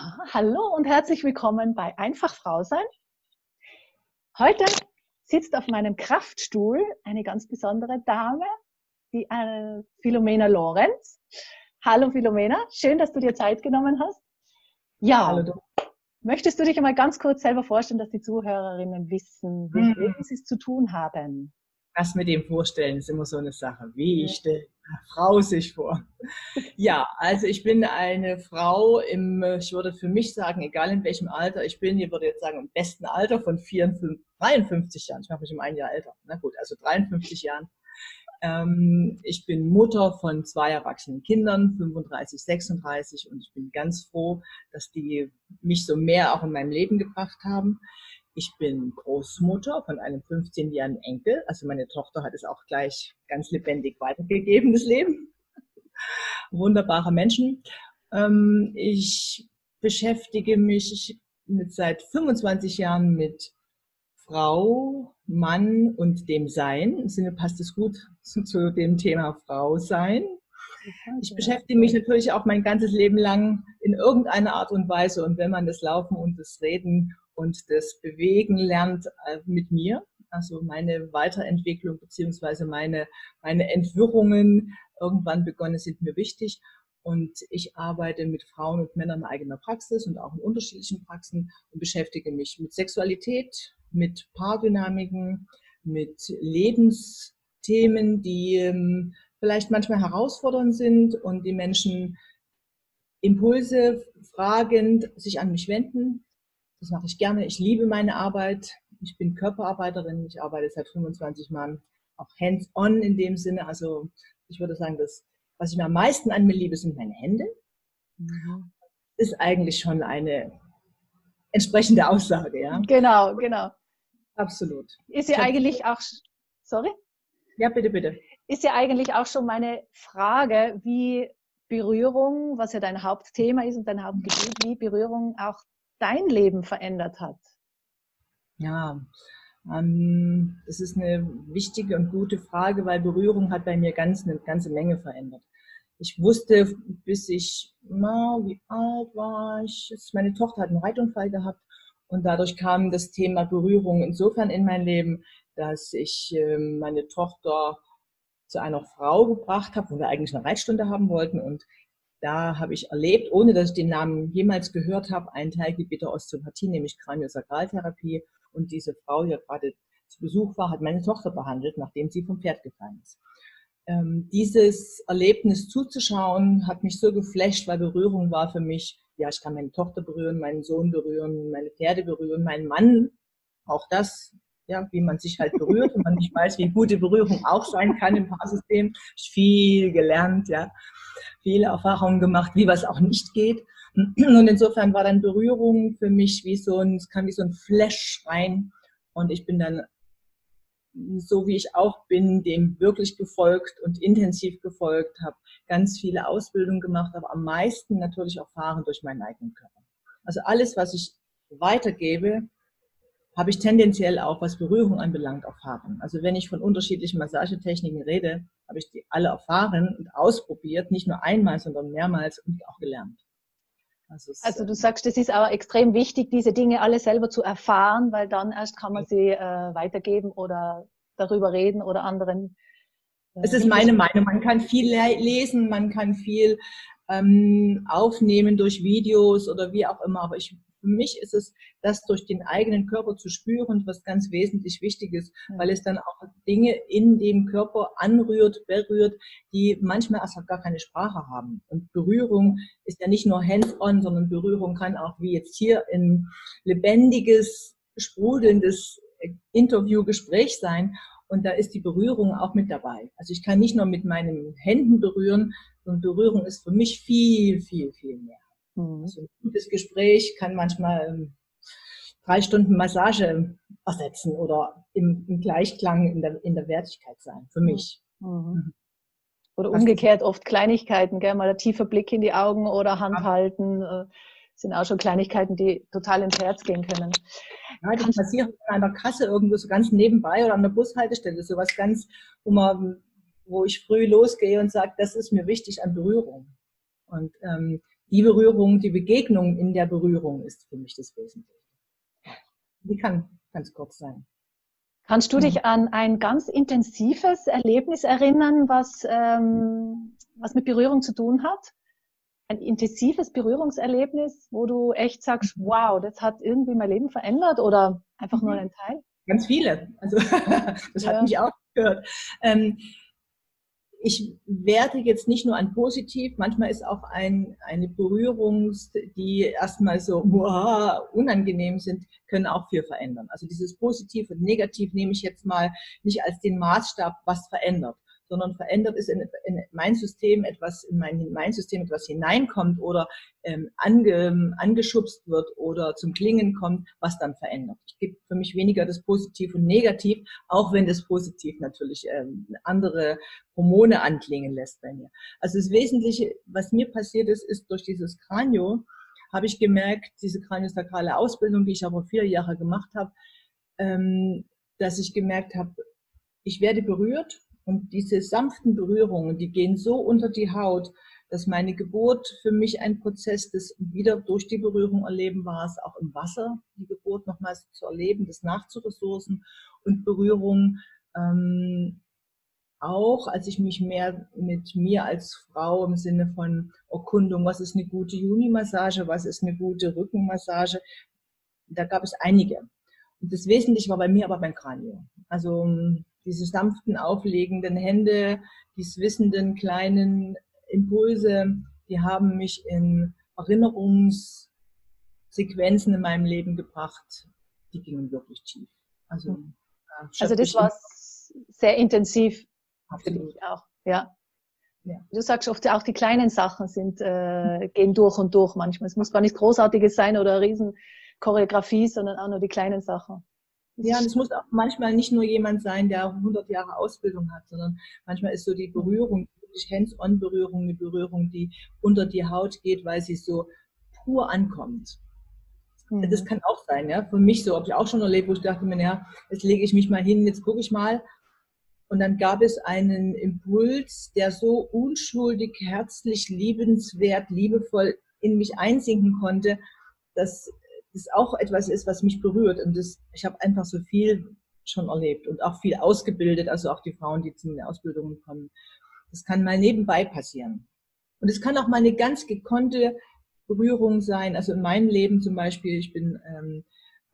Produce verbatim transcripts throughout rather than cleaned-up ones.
Ja, hallo und herzlich willkommen bei Einfach Frau sein. Heute sitzt auf meinem Kraftstuhl eine ganz besondere Dame, die äh, Philomena Lorenz. Hallo Philomena, schön, dass du dir Zeit genommen hast. Ja, Hallo du. Möchtest du dich einmal ganz kurz selber vorstellen, dass die Zuhörerinnen wissen, mit Hm. wem sie es zu tun haben? Das mit dem Vorstellen ist immer so eine Sache. Wie stellt eine Frau sich vor? Ja, also ich bin eine Frau im, ich würde für mich sagen, egal in welchem Alter ich bin, ich würde jetzt sagen im besten Alter von vierundfünfzig, dreiundfünfzig Jahren. Ich mache mich um ein Jahr älter. Na gut, also dreiundfünfzig Jahren. Ähm, ich bin Mutter von zwei erwachsenen Kindern, fünfunddreißig, sechsunddreißig, und ich bin ganz froh, dass die mich so mehr auch in meinem Leben gebracht haben. Ich bin Großmutter von einem fünfzehnjährigen Enkel. Also meine Tochter hat es auch gleich ganz lebendig weitergegeben, das Leben. Wunderbare Menschen. Ähm, ich beschäftige mich mit, seit fünfundzwanzig Jahren mit Frau, Mann und dem Sein. Im Sinne passt es gut zu, zu dem Thema Frau sein. Ich beschäftige mich natürlich auch mein ganzes Leben lang in irgendeiner Art und Weise, und wenn man das Laufen und das Reden und das Bewegen lernt, äh, mit mir, also meine Weiterentwicklung beziehungsweise meine, meine Entwirrungen irgendwann begonnen sind mir wichtig, und ich arbeite mit Frauen und Männern in eigener Praxis und auch in unterschiedlichen Praxen und beschäftige mich mit Sexualität, mit Paardynamiken, mit Lebensthemen, die ähm, vielleicht manchmal herausfordernd sind und die Menschen Impulse fragend sich an mich wenden. Das mache ich gerne. Ich liebe meine Arbeit. Ich bin Körperarbeiterin. Ich arbeite seit fünfundzwanzig Jahren auch hands-on in dem Sinne. Also ich würde sagen, das, was ich mir am meisten an mir liebe, sind meine Hände. Mhm. Ist eigentlich schon eine entsprechende Aussage, ja. Genau, genau. Absolut. Ist ja eigentlich auch, sorry? Ja, bitte, bitte. Ist ja eigentlich auch schon meine Frage, wie Berührung, was ja dein Hauptthema ist und dein Hauptgebiet, wie Berührung auch dein Leben verändert hat. Ja, ähm, das ist eine wichtige und gute Frage, weil Berührung hat bei mir ganz, eine ganze Menge verändert. Ich wusste, bis ich, na, wie alt war ich? Meine Tochter hat einen Reitunfall gehabt, und dadurch kam das Thema Berührung insofern in mein Leben, dass ich äh, meine Tochter zu einer Frau gebracht habe, wo wir eigentlich eine Reitstunde haben wollten, und da habe ich erlebt, ohne dass ich den Namen jemals gehört habe, ein Teilgebiet der Osteopathie, nämlich Kraniosakraltherapie. Und diese Frau, die ja gerade zu Besuch war, hat meine Tochter behandelt, nachdem sie vom Pferd gefallen ist. Ähm, dieses Erlebnis zuzuschauen, hat mich so geflasht, weil Berührung war für mich, ja, ich kann meine Tochter berühren, meinen Sohn berühren, meine Pferde berühren, meinen Mann, auch das, ja, wie man sich halt berührt, und man nicht weiß, wie gute Berührung auch sein kann im Paarsystem. Ich habe viel gelernt, ja, viele Erfahrungen gemacht, wie was auch nicht geht. Und insofern war dann Berührung für mich wie so ein, es kam wie so ein Flash rein, und ich bin dann, so wie ich auch bin, dem wirklich gefolgt und intensiv gefolgt, habe ganz viele Ausbildungen gemacht, aber am meisten natürlich erfahren durch meinen eigenen Körper. Also alles, was ich weitergebe, habe ich tendenziell auch, was Berührung anbelangt, erfahren. Also wenn ich von unterschiedlichen Massagetechniken rede, habe ich die alle erfahren und ausprobiert, nicht nur einmal, sondern mehrmals, und auch gelernt. Also, es, also du sagst, es ist aber extrem wichtig, diese Dinge alle selber zu erfahren, weil dann erst kann man sie äh, weitergeben oder darüber reden oder anderen. Äh, es ist meine Meinung. Man kann viel lesen, man kann viel ähm, aufnehmen durch Videos oder wie auch immer, aber ich Für mich ist es, das durch den eigenen Körper zu spüren, was ganz wesentlich wichtig ist, weil es dann auch Dinge in dem Körper anrührt, berührt, die manchmal erst gar keine Sprache haben. Und Berührung ist ja nicht nur hands-on, sondern Berührung kann auch, wie jetzt hier, ein lebendiges, sprudelndes Interview-Gespräch sein. Und da ist die Berührung auch mit dabei. Also ich kann nicht nur mit meinen Händen berühren, sondern Berührung ist für mich viel, viel, viel mehr. Also ein gutes Gespräch kann manchmal ähm, drei Stunden Massage ersetzen oder im, im Gleichklang in der, in der Wertigkeit sein, für mich. Mhm. Oder umgekehrt oft Kleinigkeiten, gell? Mal ein tiefer Blick in die Augen oder Hand halten, äh, sind auch schon Kleinigkeiten, die total ins Herz gehen können. Ja, das passiert an einer Kasse irgendwo so ganz nebenbei oder an der Bushaltestelle, sowas ganz, wo man, wo ich früh losgehe und sage, das ist mir wichtig an Berührung. Und ähm, die Berührung, die Begegnung in der Berührung ist für mich das Wesentliche. Die kann ganz kurz sein. Kannst du Mhm. dich an ein ganz intensives Erlebnis erinnern, was, ähm, was mit Berührung zu tun hat? Ein intensives Berührungserlebnis, wo du echt sagst, wow, das hat irgendwie mein Leben verändert oder einfach nur Mhm. einen Teil? Ganz viele. Also das hat Ja. mich auch gehört. Ähm, ich werte jetzt nicht nur an positiv, manchmal ist auch ein, eine Berührung, die erstmal so wow, unangenehm sind, können auch viel verändern. Also dieses Positiv und Negativ nehme ich jetzt mal nicht als den Maßstab, was verändert, sondern verändert ist in, in mein System etwas, in mein, in mein System etwas hineinkommt oder ähm, ange, angeschubst wird oder zum Klingen kommt, was dann verändert. Ich gebe für mich weniger das Positiv und Negativ, auch wenn das Positiv natürlich ähm, andere Hormone anklingen lässt bei mir. Also das Wesentliche, was mir passiert ist, ist durch dieses Kranio, habe ich gemerkt, diese kraniosakrale Ausbildung, die ich aber vier Jahre gemacht habe, ähm, dass ich gemerkt habe, ich werde berührt und diese sanften Berührungen, die gehen so unter die Haut, dass meine Geburt für mich ein Prozess des wieder durch die Berührung erleben war, es auch im Wasser, die Geburt nochmals zu erleben, das nachzuressourcen und Berührung, ähm, auch als ich mich mehr mit mir als Frau im Sinne von Erkundung, was ist eine gute Juni-Massage, was ist eine gute Rückenmassage, da gab es einige. Und das Wesentliche war bei mir aber beim Kranio. Also diese sanften, auflegenden Hände, die wissenden kleinen Impulse, die haben mich in Erinnerungssequenzen in meinem Leben gebracht, die gingen wirklich tief. Also, äh, Also schöpfe das ich immer war sehr intensiv für absolut. dich auch, ja. Ja. Du sagst oft, auch die kleinen Sachen sind, äh, gehen durch und durch manchmal. Es muss gar nichts Großartiges sein oder eine riesen Choreografie, sondern auch nur die kleinen Sachen. Das Ja, und ist, es muss auch manchmal nicht nur jemand sein, der hundert Jahre Ausbildung hat, sondern manchmal ist so die Berührung, wirklich Hands-on-Berührung, eine Berührung, die unter die Haut geht, weil sie so pur ankommt. Das mhm. kann auch sein, ja. Für mich so, habe ich auch schon erlebt, wo ich dachte mir, ja, jetzt lege ich mich mal hin, jetzt gucke ich mal. Und dann gab es einen Impuls, der so unschuldig, herzlich, liebenswert, liebevoll in mich einsinken konnte, dass das auch etwas ist, was mich berührt. Und das, ich habe einfach so viel schon erlebt und auch viel ausgebildet, also auch die Frauen, die zu den Ausbildungen kommen. Das kann mal nebenbei passieren. Und es kann auch mal eine ganz gekonnte Berührung sein. Also in meinem Leben zum Beispiel, ich bin ähm,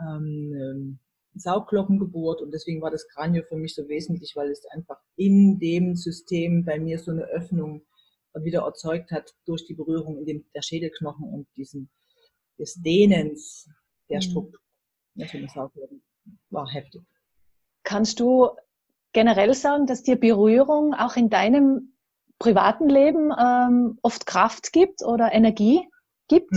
ähm, Sauglockengeburt und deswegen war das Kranio für mich so wesentlich, weil es einfach in dem System bei mir so eine Öffnung wieder erzeugt hat durch die Berührung in dem, der Schädelknochen und diesen des Dehnens der Struktur. Das war heftig. Kannst du generell sagen, dass dir Berührung auch in deinem privaten Leben ähm, oft Kraft gibt oder Energie gibt?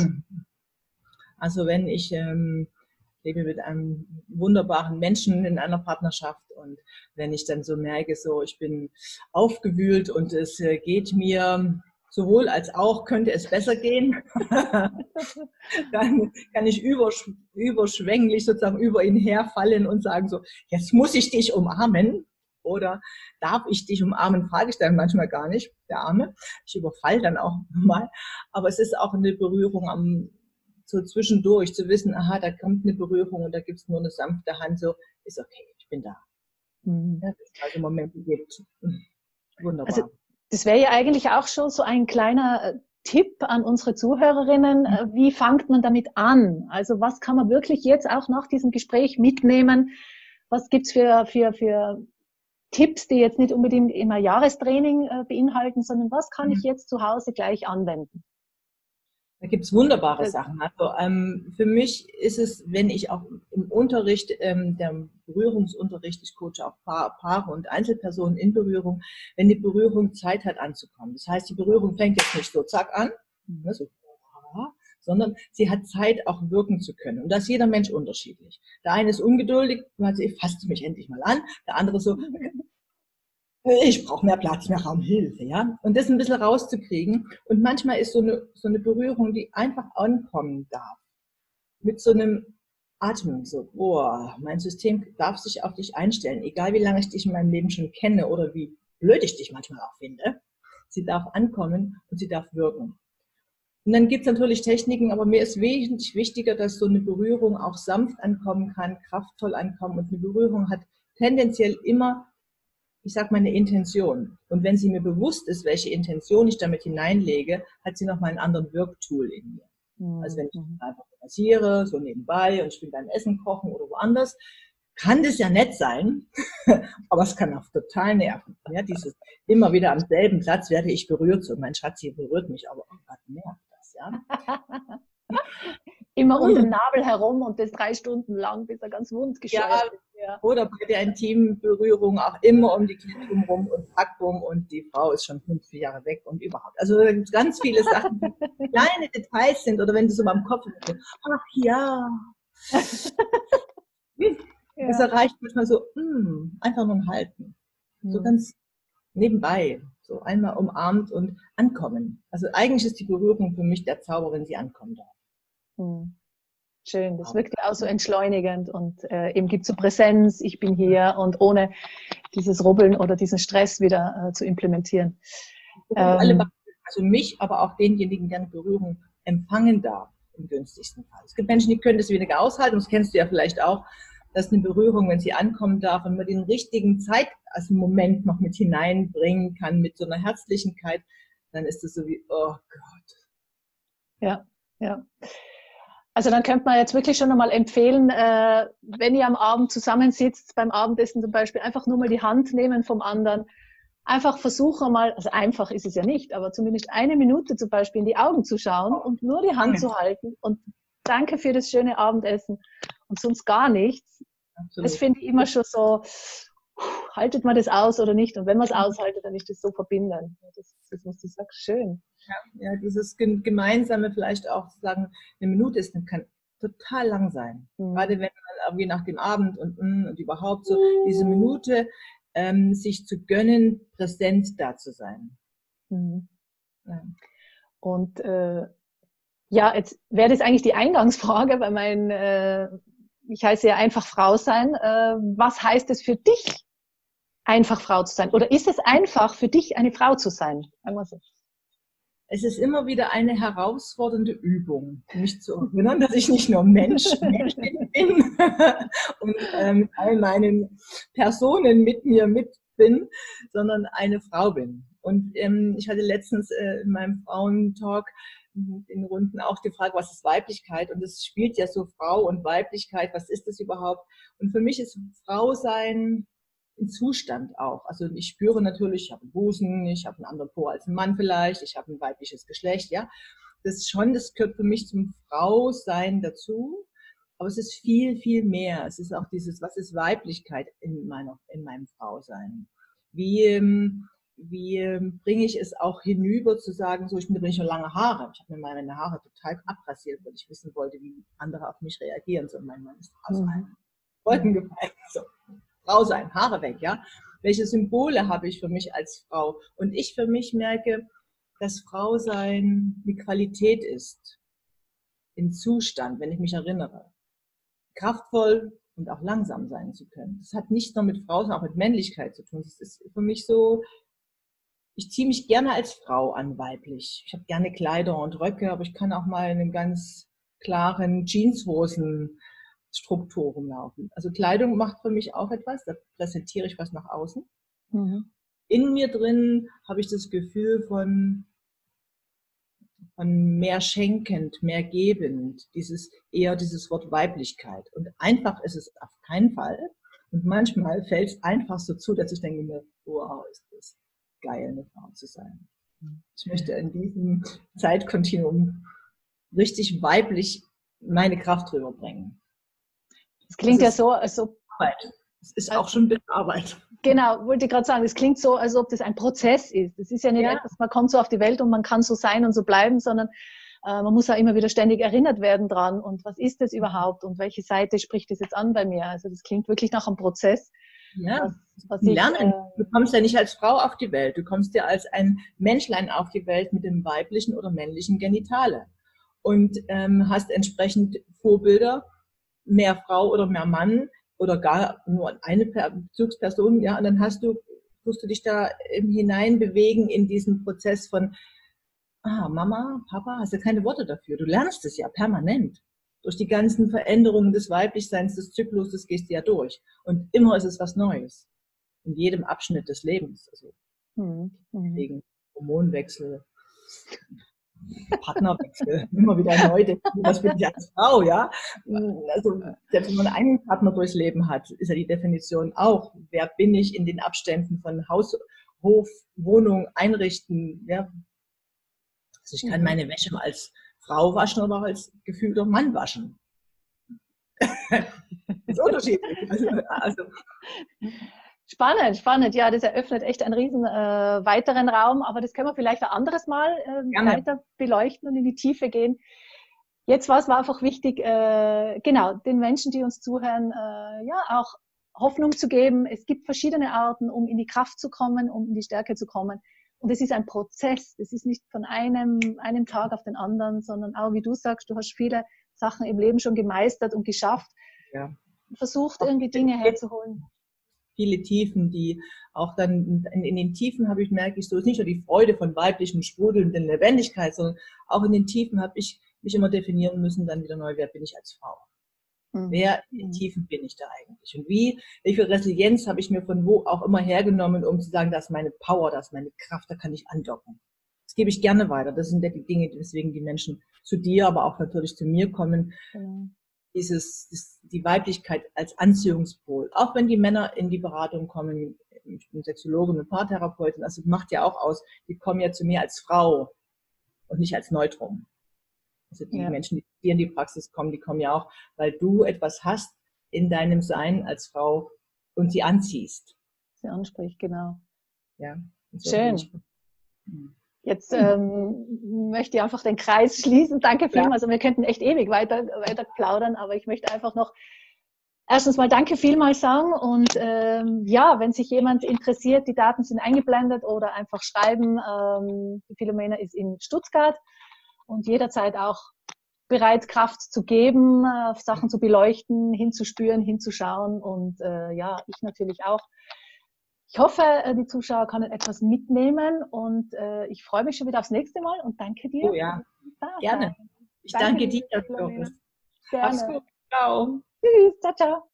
Also wenn ich ähm, lebe mit einem wunderbaren Menschen in einer Partnerschaft und wenn ich dann so merke, so ich bin aufgewühlt und es geht mir sowohl als auch könnte es besser gehen, dann kann ich übersch überschwänglich sozusagen über ihn herfallen und sagen so, jetzt muss ich dich umarmen oder darf ich dich umarmen, frage ich dann manchmal gar nicht, der Arme. Ich überfall dann auch mal, aber es ist auch eine Berührung am so zwischendurch zu wissen, aha, da kommt eine Berührung und da gibt es nur eine sanfte Hand, so ist okay, ich bin da. Mhm. Ja, dass es also Momente gibt. Wunderbar. Also das wäre ja eigentlich auch schon so ein kleiner Tipp an unsere Zuhörerinnen. Wie fängt man damit an? Also was kann man wirklich jetzt auch nach diesem Gespräch mitnehmen? Was gibt's für, für, für Tipps, die jetzt nicht unbedingt immer Jahrestraining äh, beinhalten, sondern was kann ich jetzt zu Hause gleich anwenden? Da gibt es wunderbare Sachen. Also ähm, für mich ist es, wenn ich auch im Unterricht, ähm, der Berührungsunterricht, ich coache auch Paar, Paare und Einzelpersonen in Berührung, wenn die Berührung Zeit hat anzukommen. Das heißt, die Berührung fängt jetzt nicht so zack an, ne, so, sondern sie hat Zeit, auch wirken zu können. Und da ist jeder Mensch unterschiedlich. Der eine ist ungeduldig, also fasst mich endlich mal an. Der andere so, ich brauche mehr Platz, mehr Raum, Hilfe, ja. Und das ein bisschen rauszukriegen. Und manchmal ist so eine, so eine Berührung, die einfach ankommen darf. Mit so einem Atmen, so, boah, mein System darf sich auf dich einstellen. Egal wie lange ich dich in meinem Leben schon kenne oder wie blöd ich dich manchmal auch finde. Sie darf ankommen und sie darf wirken. Und dann gibt es natürlich Techniken, aber mir ist wesentlich wichtiger, dass so eine Berührung auch sanft ankommen kann, kraftvoll ankommen. Und eine Berührung hat tendenziell immer, ich sag mal, eine Intention. Und wenn sie mir bewusst ist, welche Intention ich damit hineinlege, hat sie nochmal einen anderen Wirktool in mir. Mhm. Also wenn ich einfach massiere, so nebenbei, und ich bin beim Essen kochen oder woanders, kann das ja nett sein, aber es kann auch total nerven. Ja, dieses immer wieder am selben Platz werde ich berührt, so mein Schatz hier berührt mich, aber oh Gott, nervt das, ja. Immer um den Nabel herum und das drei Stunden lang, bis er ganz wund gescheuert ja, ist. Ja. Oder bei der intimen Berührung auch immer um die Klitoris rum und Packbum und die Frau ist schon fünf Jahre weg und überhaupt. Also da gibt es ganz viele Sachen, die kleine Details sind, oder wenn du so beim Kopf denkst, ach ja. Ja. Es erreicht manchmal so, mh, einfach nur ein Halten. Mhm. So ganz nebenbei, so einmal umarmt und ankommen. Also eigentlich ist die Berührung für mich der Zauber, wenn sie ankommen darf. Mhm. Schön, das wirkt ja auch so entschleunigend und äh, eben gibt so Präsenz, ich bin hier, und ohne dieses Rubbeln oder diesen Stress wieder äh, zu implementieren. Ähm, alle, also mich, aber auch denjenigen, der eine Berührung empfangen darf, im günstigsten Fall. Es gibt Menschen, die können das weniger aushalten, das kennst du ja vielleicht auch, dass eine Berührung, wenn sie ankommen darf und man den richtigen Zeit, also Moment noch mit hineinbringen kann, mit so einer Herzlichkeit, dann ist das so wie, oh Gott. Ja, ja. Also dann könnte man jetzt wirklich schon nochmal empfehlen, äh, wenn ihr am Abend zusammensitzt, beim Abendessen zum Beispiel, einfach nur mal die Hand nehmen vom anderen. Einfach versuchen mal, also einfach ist es ja nicht, aber zumindest eine Minute zum Beispiel in die Augen zu schauen und nur die Hand zu halten und danke für das schöne Abendessen und sonst gar nichts. Absolut. Das finde ich immer schon so, haltet man das aus oder nicht? Und wenn man es aushaltet, dann ist das so verbindend. Das, das was du sagst, schön. Ja, ja, dieses Gemeinsame vielleicht auch zu sagen, eine Minute ist, kann total lang sein. Mhm. Gerade wenn man irgendwie nach dem Abend und, und überhaupt so diese Minute ähm, sich zu gönnen, präsent da zu sein. Mhm. Ja. Und äh, ja, jetzt wäre das eigentlich die Eingangsfrage, weil mein, äh, ich heiße ja einfach Frau sein. Äh, was heißt es für dich, einfach Frau zu sein? Oder ist es einfach für dich, eine Frau zu sein? Sagen wir so. Es ist immer wieder eine herausfordernde Übung, mich zu erinnern, dass ich nicht nur Mensch, Menschin bin und ähm, mit all meinen Personen mit mir mit bin, sondern eine Frau bin. Und ähm, ich hatte letztens äh, in meinem Frauentalk in Runden auch gefragt, was ist Weiblichkeit? Und es spielt ja so Frau und Weiblichkeit, was ist das überhaupt? Und für mich ist Frau sein ein Zustand auch. Also ich spüre natürlich, ich habe einen Busen, ich habe einen anderen Po als ein Mann vielleicht, ich habe ein weibliches Geschlecht, ja. Das ist schon, das gehört für mich zum Frausein dazu. Aber es ist viel, viel mehr. Es ist auch dieses, was ist Weiblichkeit in meiner, in meinem Frausein? Wie, wie bringe ich es auch hinüber zu sagen, so, ich bin nicht nur lange Haare. Ich habe mir meine Haare total abrasiert, weil ich wissen wollte, wie andere auf mich reagieren. So, mein Mann ist ausfallen. Wolken gefallen. So. Frau sein, Haare weg, ja. Welche Symbole habe ich für mich als Frau? Und ich für mich merke, dass Frau sein eine Qualität ist. In Zustand, wenn ich mich erinnere. Kraftvoll und auch langsam sein zu können. Das hat nicht nur mit Frau, sondern auch mit Männlichkeit zu tun. Das ist für mich so, ich ziehe mich gerne als Frau an, weiblich. Ich habe gerne Kleider und Röcke, aber ich kann auch mal in einem ganz klaren Jeanshosen Struktur rumlaufen. Also Kleidung macht für mich auch etwas, da präsentiere ich was nach außen. Mhm. In mir drin habe ich das Gefühl von, von mehr schenkend, mehr gebend, dieses, eher dieses Wort Weiblichkeit. Und einfach ist es auf keinen Fall. Und manchmal fällt es einfach so zu, dass ich denke mir, wow, ist das geil, eine Frau zu sein. Ich möchte in diesem Zeitkontinuum richtig weiblich meine Kraft rüberbringen. Es klingt ja so, als ob... Arbeit. Es ist auch schon ein bisschen Arbeit. Genau, wollte ich gerade sagen, es klingt so, als ob das ein Prozess ist. Es ist ja nicht ja. etwas, man kommt so auf die Welt und man kann so sein und so bleiben, sondern äh, man muss ja immer wieder ständig erinnert werden dran. Und was ist das überhaupt? Und welche Seite spricht das jetzt an bei mir? Also das klingt wirklich nach einem Prozess. Ja, was, was ich, lernen. Äh, du kommst ja nicht als Frau auf die Welt. Du kommst ja als ein Menschlein auf die Welt mit dem weiblichen oder männlichen Genitale. Und ähm, hast entsprechend Vorbilder, mehr Frau oder mehr Mann oder gar nur eine Bezugsperson, ja, und dann hast du, tust du dich da hinein bewegen in diesen Prozess von ah, Mama, Papa, hast ja keine Worte dafür. Du lernst es ja permanent. Durch die ganzen Veränderungen des Weiblichseins, des Zyklus, das gehst du ja durch. Und immer ist es was Neues. In jedem Abschnitt des Lebens. Also Mhm. Mhm. wegen Hormonwechsel, Partnerwechsel, immer wieder neu. Was bin ich als Frau, ja? Also selbst wenn man einen Partner durchs Leben hat, ist ja die Definition auch, wer bin ich in den Abständen von Haus, Hof, Wohnung, Einrichten, ja? Also ich kann Mhm. meine Wäsche mal als Frau waschen oder als gefühlter Mann waschen. Das ist unterschiedlich. Also, also Spannend, spannend. Ja, das eröffnet echt einen riesen äh, weiteren Raum, aber das können wir vielleicht ein anderes Mal äh, weiter beleuchten und in die Tiefe gehen. Jetzt war es war einfach wichtig, äh, genau, den Menschen, die uns zuhören, äh, ja, auch Hoffnung zu geben. Es gibt verschiedene Arten, um in die Kraft zu kommen, um in die Stärke zu kommen. Und es ist ein Prozess. Es ist nicht von einem, einem Tag auf den anderen, sondern auch, wie du sagst, du hast viele Sachen im Leben schon gemeistert und geschafft. Ja. Versucht, irgendwie Dinge herzuholen. Viele Tiefen, die auch dann in, in den Tiefen habe ich, merke ich so, es ist nicht nur die Freude von weiblichen, sprudelnden Lebendigkeit, sondern auch in den Tiefen habe ich mich immer definieren müssen, dann wieder neu, wer bin ich als Frau? Mhm. Wer in den Tiefen bin ich da eigentlich? Und wie, wie viel Resilienz habe ich mir von wo auch immer hergenommen, um zu sagen, das ist meine Power, das ist meine Kraft, da kann ich andocken. Das gebe ich gerne weiter. Das sind ja die Dinge, weswegen die Menschen zu dir, aber auch natürlich zu mir kommen. Mhm. Dieses, das, die Weiblichkeit als Anziehungspol. Auch wenn die Männer in die Beratung kommen, ich bin Sexologin und Paartherapeutin, also macht ja auch aus, die kommen ja zu mir als Frau und nicht als Neutrum. Also die ja. Menschen, die in die Praxis kommen, die kommen ja auch, weil du etwas hast in deinem Sein als Frau und sie anziehst. Sie anspricht, genau. Ja. So schön. Jetzt ähm, möchte ich einfach den Kreis schließen. Danke vielmals. Also wir könnten echt ewig weiter, weiter plaudern, aber ich möchte einfach noch erstens mal danke vielmals sagen. Und ähm, ja, wenn sich jemand interessiert, die Daten sind eingeblendet oder einfach schreiben. Ähm, die Philomena ist in Stuttgart und jederzeit auch bereit, Kraft zu geben, äh, Sachen zu beleuchten, hinzuspüren, hinzuschauen. Und äh, ja, ich natürlich auch. Ich hoffe, die Zuschauer können etwas mitnehmen und äh, ich freue mich schon wieder aufs nächste Mal und danke dir. Oh ja, gerne. Ich danke, danke dir, Doris. Gerne. Mach's gut. Ciao. Tschüss, ciao, ciao.